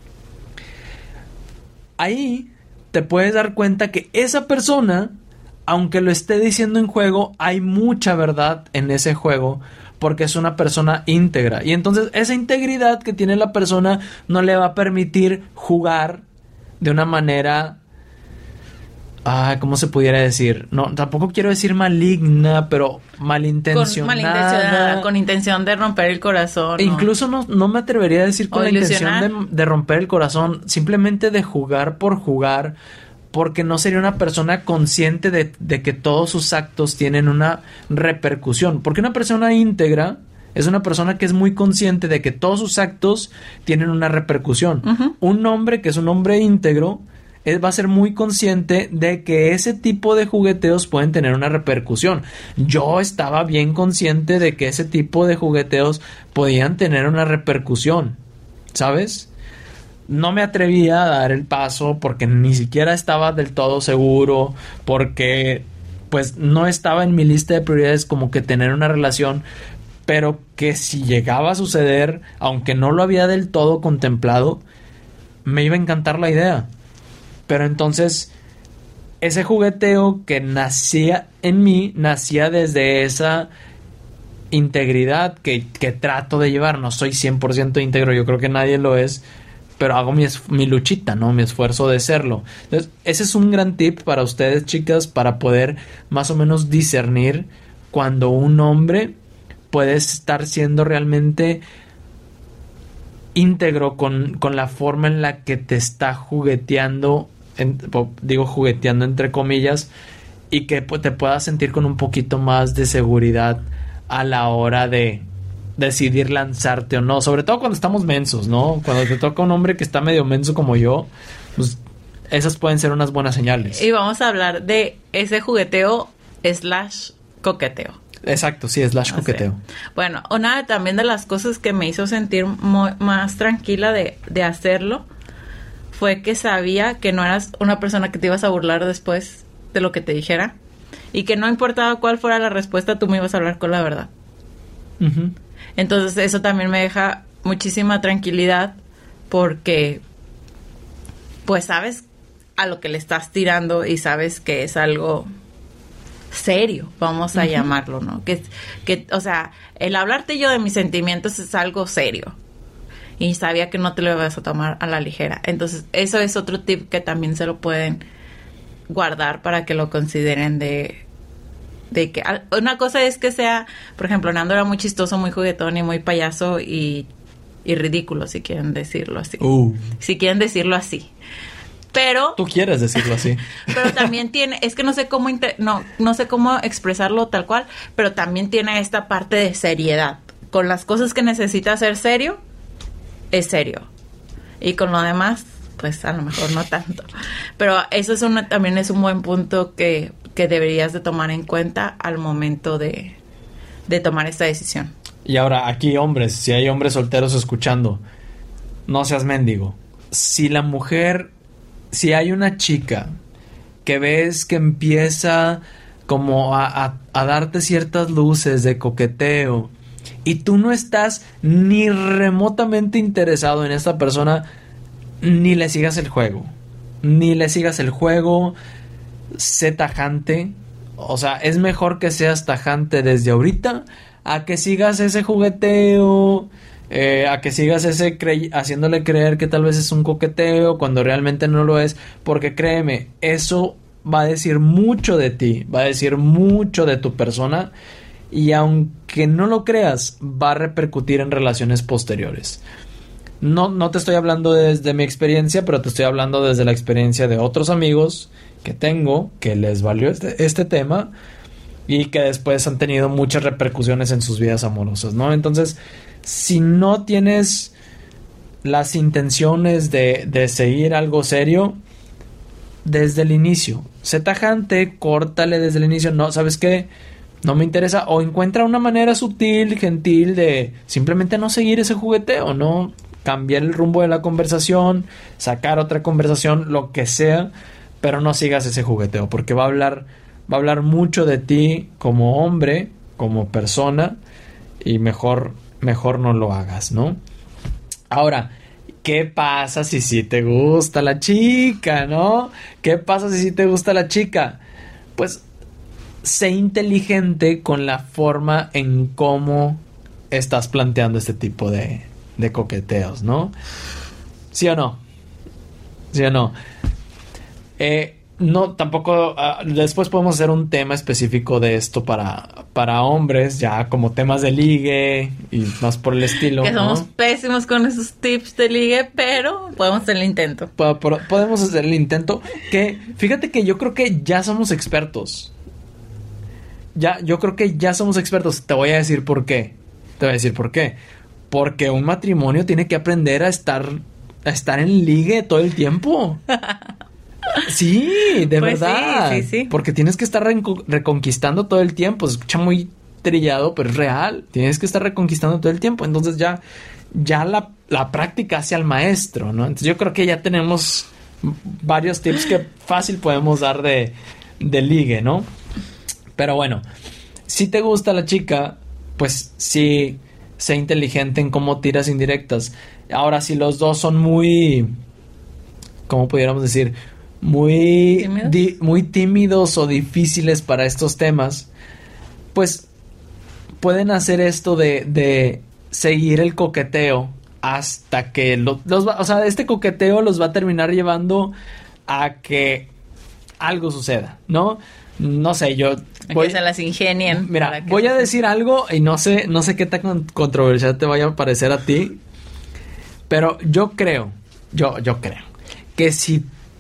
Speaker 1: Ahí te puedes dar cuenta que esa persona, aunque lo esté diciendo en juego, hay mucha verdad en ese juego, porque es una persona íntegra. Y entonces esa integridad que tiene la persona no le va a permitir jugar de una manera... Ah, ¿cómo se pudiera decir? No, tampoco quiero decir maligna, pero malintencionada.
Speaker 2: Con malintencionada, con intención de romper el corazón.
Speaker 1: E incluso no, no me atrevería a decir con
Speaker 2: o
Speaker 1: la
Speaker 2: ilusionar.
Speaker 1: intención de, de romper el corazón, simplemente de jugar por jugar, porque no sería una persona consciente de, de que todos sus actos tienen una repercusión. Porque una persona íntegra es una persona que es muy consciente de que todos sus actos tienen una repercusión. Uh-huh. Un hombre que es un hombre íntegro él va a ser muy consciente de que ese tipo de jugueteos pueden tener una repercusión. Yo estaba bien consciente de que ese tipo de jugueteos podían tener una repercusión, ¿sabes? No me atrevía a dar el paso porque ni siquiera estaba del todo seguro, porque pues no estaba en mi lista de prioridades como que tener una relación, pero que si llegaba a suceder, aunque no lo había del todo contemplado, me iba a encantar la idea. Pero entonces, ese jugueteo que nacía en mí, nacía desde esa integridad que, que trato de llevar. No soy cien por ciento íntegro, yo creo que nadie lo es, pero hago mi, mi luchita, ¿no? Mi esfuerzo de serlo. Entonces, ese es un gran tip para ustedes, chicas, para poder más o menos discernir cuando un hombre puede estar siendo realmente íntegro con, con la forma en la que te está jugueteando en, digo jugueteando entre comillas, y que pues, te puedas sentir con un poquito más de seguridad a la hora de decidir lanzarte o no, sobre todo cuando estamos mensos, ¿no? Cuando te toca un hombre que está medio menso como yo, pues esas pueden ser unas buenas señales.
Speaker 2: Y vamos a hablar de ese jugueteo slash coqueteo.
Speaker 1: Exacto, sí, slash
Speaker 2: O
Speaker 1: coqueteo.
Speaker 2: sea, bueno, una también de las cosas que me hizo sentir mo- más tranquila de, de hacerlo fue que sabía que no eras una persona que te ibas a burlar después de lo que te dijera y que no importaba cuál fuera la respuesta, tú me ibas a hablar con la verdad.
Speaker 1: Uh-huh.
Speaker 2: Entonces eso también me deja muchísima tranquilidad porque pues sabes a lo que le estás tirando y sabes que es algo serio, vamos a uh-huh. llamarlo, ¿no? Que, que, o sea, el hablarte yo de mis sentimientos es algo serio. Y sabía que no te lo ibas a tomar a la ligera. Entonces, eso es otro tip que también se lo pueden guardar para que lo consideren de... de que una cosa es que sea, por ejemplo, Nando era muy chistoso, muy juguetón y muy payaso y, y ridículo, si quieren decirlo así.
Speaker 1: Uh.
Speaker 2: Si quieren decirlo así. Pero...
Speaker 1: Tú quieres decirlo así.
Speaker 2: Pero también tiene... Es que no sé cómo... Inter, no, no sé cómo expresarlo tal cual, pero también tiene esta parte de seriedad. Con las cosas que necesita ser serio, es serio. Y con lo demás, pues a lo mejor no tanto. Pero eso es una, también es un buen punto que, que deberías de tomar en cuenta al momento de, de tomar esta decisión.
Speaker 1: Y ahora, aquí hombres, si hay hombres solteros escuchando, no seas mendigo. Si la mujer... Si hay una chica que ves que empieza como a, a, a darte ciertas luces de coqueteo y tú no estás ni remotamente interesado en esta persona, ni le sigas el juego. Ni le sigas el juego. Sé tajante. O sea, es mejor que seas tajante desde ahorita a que sigas ese jugueteo... Eh, a que sigas ese cre- haciéndole creer que tal vez es un coqueteo cuando realmente no lo es, porque créeme, eso va a decir mucho de ti, va a decir mucho de tu persona y aunque no lo creas, va a repercutir en relaciones posteriores. No, no te estoy hablando desde mi experiencia, pero te estoy hablando desde la experiencia de otros amigos que tengo, que les valió este, este tema y que después han tenido muchas repercusiones en sus vidas amorosas, ¿no? Entonces, si no tienes las intenciones de, de seguir algo serio, desde el inicio, sé tajante, córtale desde el inicio, no, ¿sabes qué? No me interesa, o encuentra una manera sutil, gentil de simplemente no seguir ese jugueteo, ¿no? Cambiar el rumbo de la conversación, sacar otra conversación, lo que sea, pero no sigas ese jugueteo, porque va a hablar, va a hablar mucho de ti como hombre, como persona, y mejor... mejor no lo hagas, ¿no? Ahora, ¿qué pasa si sí te gusta la chica, no? ¿Qué pasa si sí te gusta la chica? Pues, sé inteligente con la forma en cómo estás planteando este tipo de, de coqueteos, ¿no? ¿Sí o no? ¿Sí o no? Eh... No, tampoco, uh, después podemos hacer un tema específico de esto para, para hombres, ya como temas de ligue y más por el estilo.
Speaker 2: Que somos
Speaker 1: ¿no?
Speaker 2: pésimos con esos tips de ligue, pero podemos hacer el intento.
Speaker 1: Po- po- podemos hacer el intento, que fíjate que yo creo que ya somos expertos. Ya, yo creo que ya somos expertos. Te voy a decir por qué. Te voy a decir por qué. Porque un matrimonio tiene que aprender a estar, a estar en ligue todo el tiempo. Sí, de
Speaker 2: pues
Speaker 1: verdad.
Speaker 2: Sí, sí, sí.
Speaker 1: Porque tienes que estar reco- reconquistando todo el tiempo. Se escucha muy trillado, pero es real. Tienes que estar reconquistando todo el tiempo. Entonces ya, ya la, la práctica hace al maestro, ¿no? Entonces yo creo que ya tenemos varios tips que fácil podemos dar de, de ligue, ¿no? Pero bueno, si te gusta la chica, pues sí, sé inteligente en cómo tiras indirectas. Ahora, si los dos son muy, ¿cómo pudiéramos decir? Muy
Speaker 2: ¿Tímidos?
Speaker 1: Di, muy tímidos o difíciles para estos temas, pues pueden hacer esto de, de seguir el coqueteo hasta que lo, los va, o sea, este coqueteo los va a terminar llevando a que algo suceda, ¿no? No sé, yo
Speaker 2: voy, que se las ingenien.
Speaker 1: Mira, voy a decir algo y no sé, no sé qué tan controversial te vaya a parecer a ti, pero yo creo, yo, yo creo que si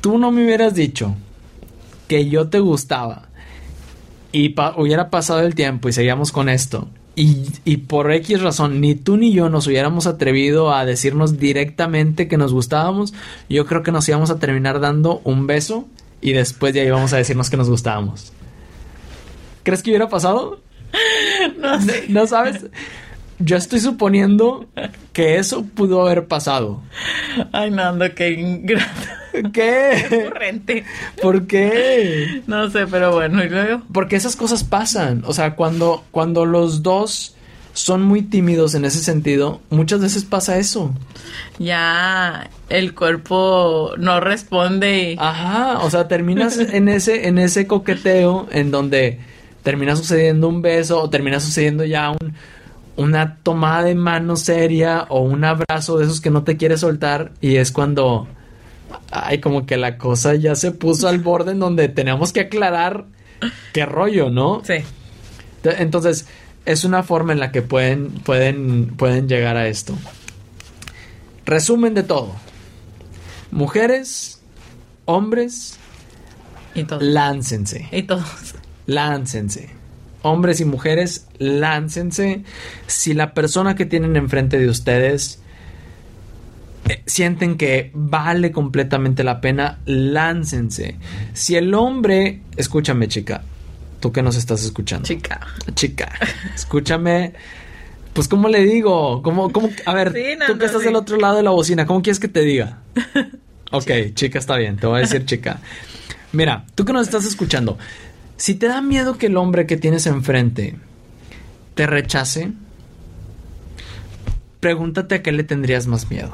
Speaker 1: tú no me hubieras dicho que yo te gustaba y pa- hubiera pasado el tiempo y seguíamos con esto, y, y por X razón ni tú ni yo nos hubiéramos atrevido a decirnos directamente que nos gustábamos, yo creo que nos íbamos a terminar dando un beso y después ya íbamos a decirnos que nos gustábamos. ¿Crees que hubiera pasado?
Speaker 2: No sé.
Speaker 1: ¿No sabes? Yo estoy suponiendo que eso pudo haber pasado.
Speaker 2: Ay, Nando, qué ingrato.
Speaker 1: ¿Qué?
Speaker 2: Corriente.
Speaker 1: ¿Por qué?
Speaker 2: No sé, pero bueno, ¿y luego?
Speaker 1: Porque esas cosas pasan. O sea, cuando, cuando los dos son muy tímidos en ese sentido, muchas veces pasa eso.
Speaker 2: Ya el cuerpo no responde.
Speaker 1: Ajá, o sea, terminas en ese, en ese coqueteo en donde termina sucediendo un beso o termina sucediendo ya un, una tomada de mano seria o un abrazo de esos que no te quieres soltar, y es cuando ay, como que la cosa ya se puso al borde en donde tenemos que aclarar qué rollo, ¿no?
Speaker 2: Sí.
Speaker 1: Entonces, es una forma en la que pueden, pueden, pueden llegar a esto. Resumen de todo. Mujeres, hombres,
Speaker 2: Y todos.
Speaker 1: láncense.
Speaker 2: Y todos.
Speaker 1: Láncense. Hombres y mujeres, láncense. Si la persona que tienen enfrente de ustedes eh, sienten que vale completamente la pena, láncense. Si el hombre, escúchame, chica, tú que nos estás escuchando.
Speaker 2: Chica.
Speaker 1: Chica, escúchame. Pues, ¿cómo le digo? ¿Cómo, cómo? A ver,
Speaker 2: Sí,
Speaker 1: tú
Speaker 2: Nando,
Speaker 1: que estás
Speaker 2: sí.
Speaker 1: del otro lado de la bocina, ¿cómo quieres que te diga? Ok, chica, está bien, te voy a decir chica. Mira, tú que nos estás escuchando, si te da miedo que el hombre que tienes enfrente te rechace, pregúntate a qué le tendrías más miedo.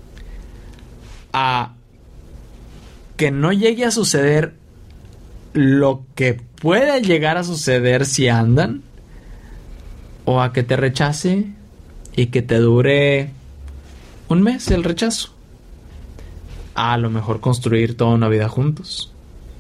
Speaker 1: A que no llegue a suceder lo que puede llegar a suceder si andan, o a que te rechace y que te dure un mes el rechazo. A lo mejor construir toda una vida juntos.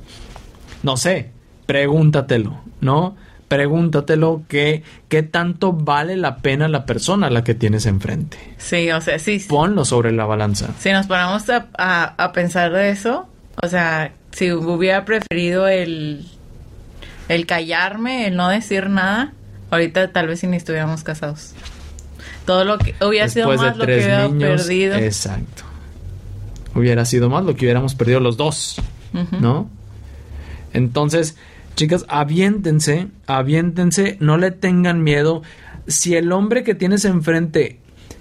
Speaker 1: No sé, pregúntatelo, ¿no? Pregúntatelo qué, qué tanto vale la pena la persona a la que tienes enfrente.
Speaker 2: Sí, o sea, sí.
Speaker 1: Ponlo sobre la balanza.
Speaker 2: Si nos ponemos a, a, a pensar de eso, o sea, si hubiera preferido el, el callarme, el no decir nada, ahorita tal vez si ni estuviéramos casados. Todo lo que hubiera sido
Speaker 1: Después de
Speaker 2: más lo que
Speaker 1: tres
Speaker 2: hubiera
Speaker 1: niños,
Speaker 2: perdido.
Speaker 1: exacto. Hubiera sido más lo que hubiéramos perdido los dos,
Speaker 2: Ujú.
Speaker 1: ¿no? Entonces, chicas, aviéntense, aviéntense, no le tengan miedo. Si el hombre que tienes enfrente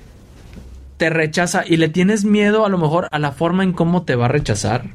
Speaker 1: te rechaza y le tienes miedo a lo mejor a la forma en cómo te va a rechazar.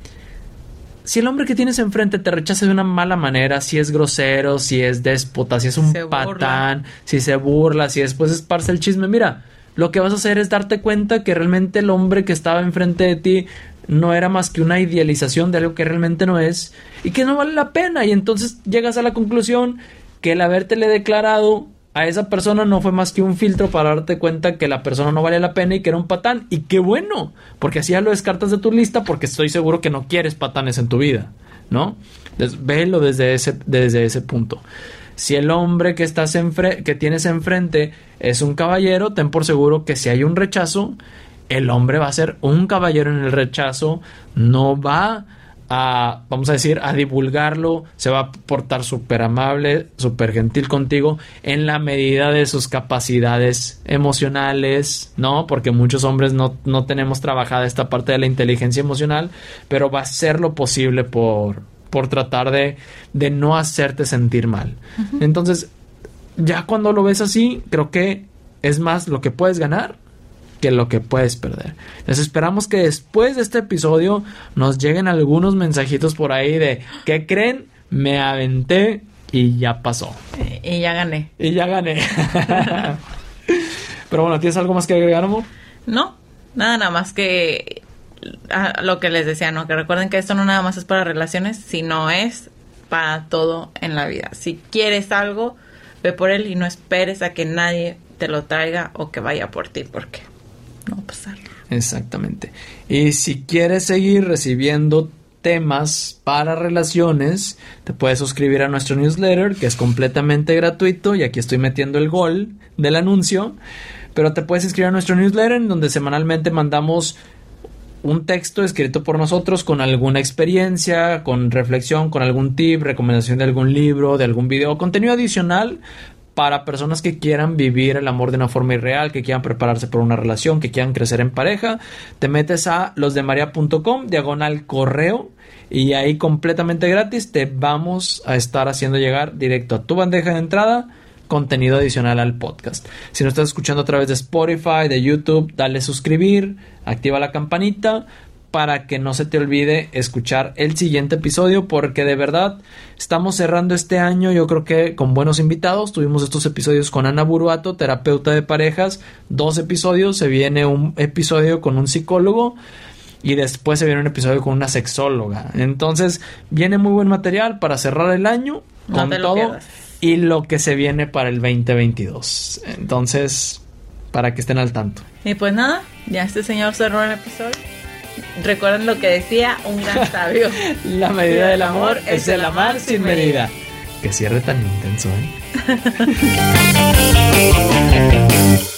Speaker 1: Si el hombre que tienes enfrente te rechaza de una mala manera, si es grosero, si es déspota, si es un
Speaker 2: Se burla.
Speaker 1: patán, si se burla, si después esparce el chisme, mira, lo que vas a hacer es darte cuenta que realmente el hombre que estaba enfrente de ti no era más que una idealización de algo que realmente no es y que no vale la pena, y entonces llegas a la conclusión que el habértele declarado a esa persona no fue más que un filtro para darte cuenta que la persona no vale la pena y que era un patán. Y qué bueno, porque así ya lo descartas de tu lista, porque estoy seguro que no quieres patanes en tu vida, ¿no? Entonces, velo desde ese, desde ese punto. Si el hombre que estás enfre- que tienes enfrente es un caballero, ten por seguro que si hay un rechazo, el hombre va a ser un caballero en el rechazo, no va a, vamos a decir, a divulgarlo, se va a portar súper amable, súper gentil contigo en la medida de sus capacidades emocionales, ¿no? Porque muchos hombres no, no tenemos trabajada esta parte de la inteligencia emocional, pero va a hacer lo posible por, por tratar de, de no hacerte sentir mal. Uh-huh. Entonces, ya cuando lo ves así, creo que es más lo que puedes ganar que lo que puedes perder. Les esperamos que después de este episodio nos lleguen algunos mensajitos por ahí de ¿qué creen? Me aventé y ya pasó.
Speaker 2: Y ya gané.
Speaker 1: Y ya gané. Pero bueno, ¿tienes algo más que agregar, amor?
Speaker 2: No, nada, nada más que a lo que les decía, ¿no? Que recuerden que esto no nada más es para relaciones, sino es para todo en la vida. Si quieres algo, ve por él y no esperes a que nadie te lo traiga o que vaya por ti, porque no va a pasar.
Speaker 1: Exactamente. Y si quieres seguir recibiendo temas para relaciones, te puedes suscribir a nuestro newsletter, que es completamente gratuito, y aquí estoy metiendo el gol del anuncio, pero te puedes inscribir a nuestro newsletter en donde semanalmente mandamos un texto escrito por nosotros con alguna experiencia, con reflexión, con algún tip, recomendación de algún libro, de algún video, contenido adicional para personas que quieran vivir el amor de una forma irreal, que quieran prepararse por una relación, que quieran crecer en pareja. Te metes a losdemaria punto com, diagonal correo, y ahí completamente gratis te vamos a estar haciendo llegar directo a tu bandeja de entrada contenido adicional al podcast. Si nos estás escuchando a través de Spotify, de YouTube, dale suscribir, activa la campanita para que no se te olvide escuchar el siguiente episodio, porque de verdad estamos cerrando este año, yo creo que con buenos invitados. Tuvimos estos episodios con Ana Buruato, terapeuta de parejas, dos episodios, se viene un episodio con un psicólogo y después se viene un episodio con una sexóloga. Entonces viene muy buen material para cerrar el año con
Speaker 2: no
Speaker 1: todo lo y lo que se viene para el veinte veintidós. Entonces, para que estén al tanto.
Speaker 2: Y pues nada, ya este señor cerró el episodio. Recuerden lo que decía un gran sabio.
Speaker 1: La medida del amor es el amar sin medida. Que cierre tan intenso, ¿eh?